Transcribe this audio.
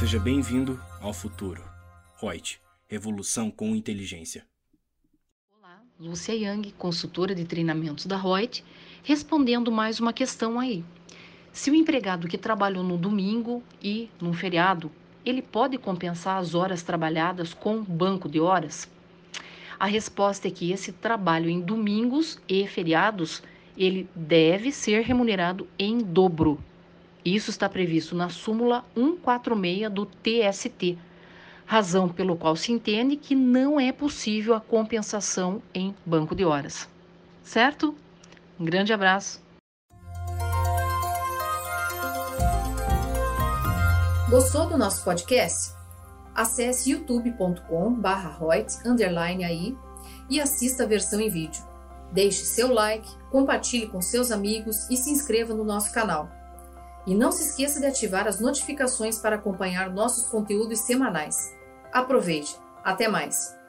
Seja bem-vindo ao futuro. Reut, revolução com inteligência. Olá, Lúcia Yang, consultora de treinamentos da Reut, respondendo mais uma questão aí. Se o empregado que trabalhou no domingo e num feriado, ele pode compensar as horas trabalhadas com banco de horas? A resposta é que esse trabalho em domingos e feriados, ele deve ser remunerado em dobro. Isso está previsto na súmula 146 do TST, razão pelo qual se entende que não é possível a compensação em banco de horas. Certo? Um grande abraço. Gostou do nosso podcast? Acesse youtube.com/Reut_AI e assista a versão em vídeo. Deixe seu like, compartilhe com seus amigos e se inscreva no nosso canal. E não se esqueça de ativar as notificações para acompanhar nossos conteúdos semanais. Aproveite! Até mais!